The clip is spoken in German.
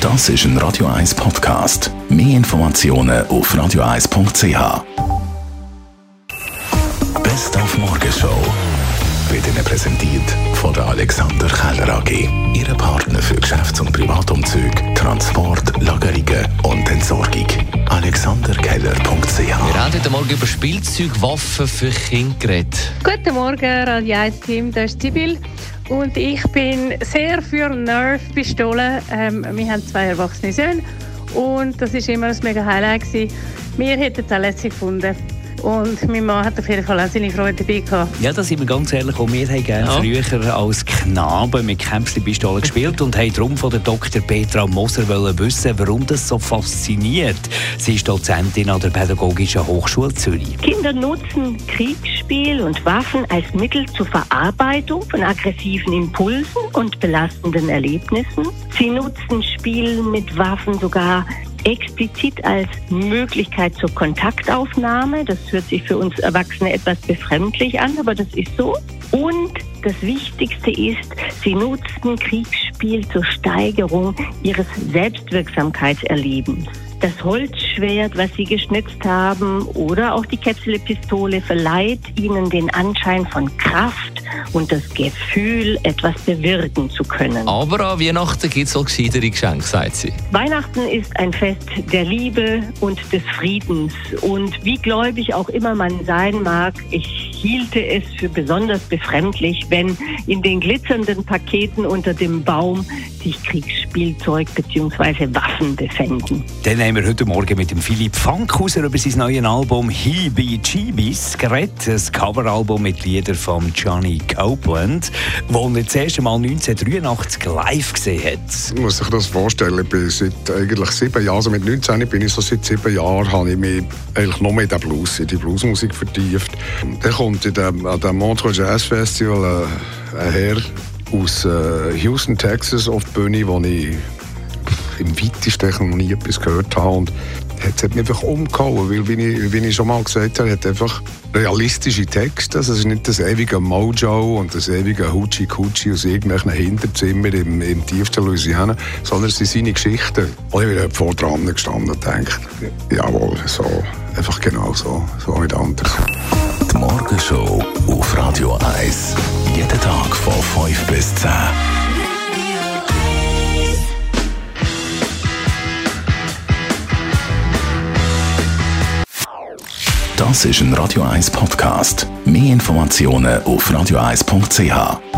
Das ist ein Radio 1 Podcast. Mehr Informationen auf radio1.ch. Best auf Morgenshow wird Ihnen präsentiert von der Alexander Keller AG. Ihre Partner für Geschäfts- und Privatumzüge, Transport, Lagerungen und Entsorgung. alexanderkeller.ch. Wir haben heute Morgen über Spielzeugwaffen für Kinder geredet. Guten Morgen, Radio 1 Team, das ist Sibyl. Und ich bin sehr für Nerf-Pistolen. Wir haben 2 erwachsene Söhne und das war immer ein mega Highlight gewesen. Wir hätten es auch lässig gefunden. Und mein Mann hat auf jeden Fall auch seine Freude dabei gehabt. Ja, da sind wir ganz ehrlich. Auch wir haben gerne früher als Knaben mit Kämpfchenpistolen gespielt und haben darum von der Dr. Petra Moser wissen, warum das so fasziniert. Sie ist Dozentin an der Pädagogischen Hochschule Zürich. Kinder nutzen Kriegsspiel und Waffen als Mittel zur Verarbeitung von aggressiven Impulsen und belastenden Erlebnissen. Sie nutzen Spiel mit Waffen sogar explizit als Möglichkeit zur Kontaktaufnahme. Das hört sich für uns Erwachsene etwas befremdlich an, aber das ist so. Und das Wichtigste ist, sie nutzen Kriegsspiel zur Steigerung ihres Selbstwirksamkeitserlebens. Das Holzschwert, was sie geschnitzt haben, oder auch die Käpselpistole verleiht ihnen den Anschein von Kraft und das Gefühl, etwas bewirken zu können. Aber an Weihnachten gibt es auch gescheitere Geschenke, sagt sie. Weihnachten ist ein Fest der Liebe und des Friedens. Und wie gläubig auch immer man sein mag, ich hielte es für besonders befremdlich, wenn in den glitzernden Paketen unter dem Baum sich Kriegsspielzeug bzw. Waffen befänden. Dann haben wir heute Morgen mit dem Philipp Fankhauser über sein neues Album Heebie-Jeebies geredet. Ein Coveralbum mit Liedern von Johnny Copeland, das er das erste Mal 1983 live gesehen hat. Man muss sich das vorstellen, ich bin seit eigentlich 7 Jahren, also mit 19 bin ich so seit 7 Jahren, habe ich mich eigentlich nur in die Bluesmusik vertieft. Dann kommt an dem Montreux Jazz Festival ein Herr aus Houston, Texas auf die Bühne, wo ich im weitesten noch nie etwas gehört habe. Und es hat mich einfach umgehauen, weil, wie ich schon mal gesagt habe, hat einfach realistische Texte. Also es ist nicht das ewige Mojo und das ewige Hoochie-Coochie aus irgendwelchen Hinterzimmern im tiefsten Louisiana, sondern es sind seine Geschichten. Und ich bin vor dran gestanden und gedacht, jawohl, so, einfach genau so nicht anders. Die Morgenshow auf Radio 1. Jeden Tag von 5 bis 10. Das ist ein Radio 1 Podcast. Mehr Informationen auf radio1.ch.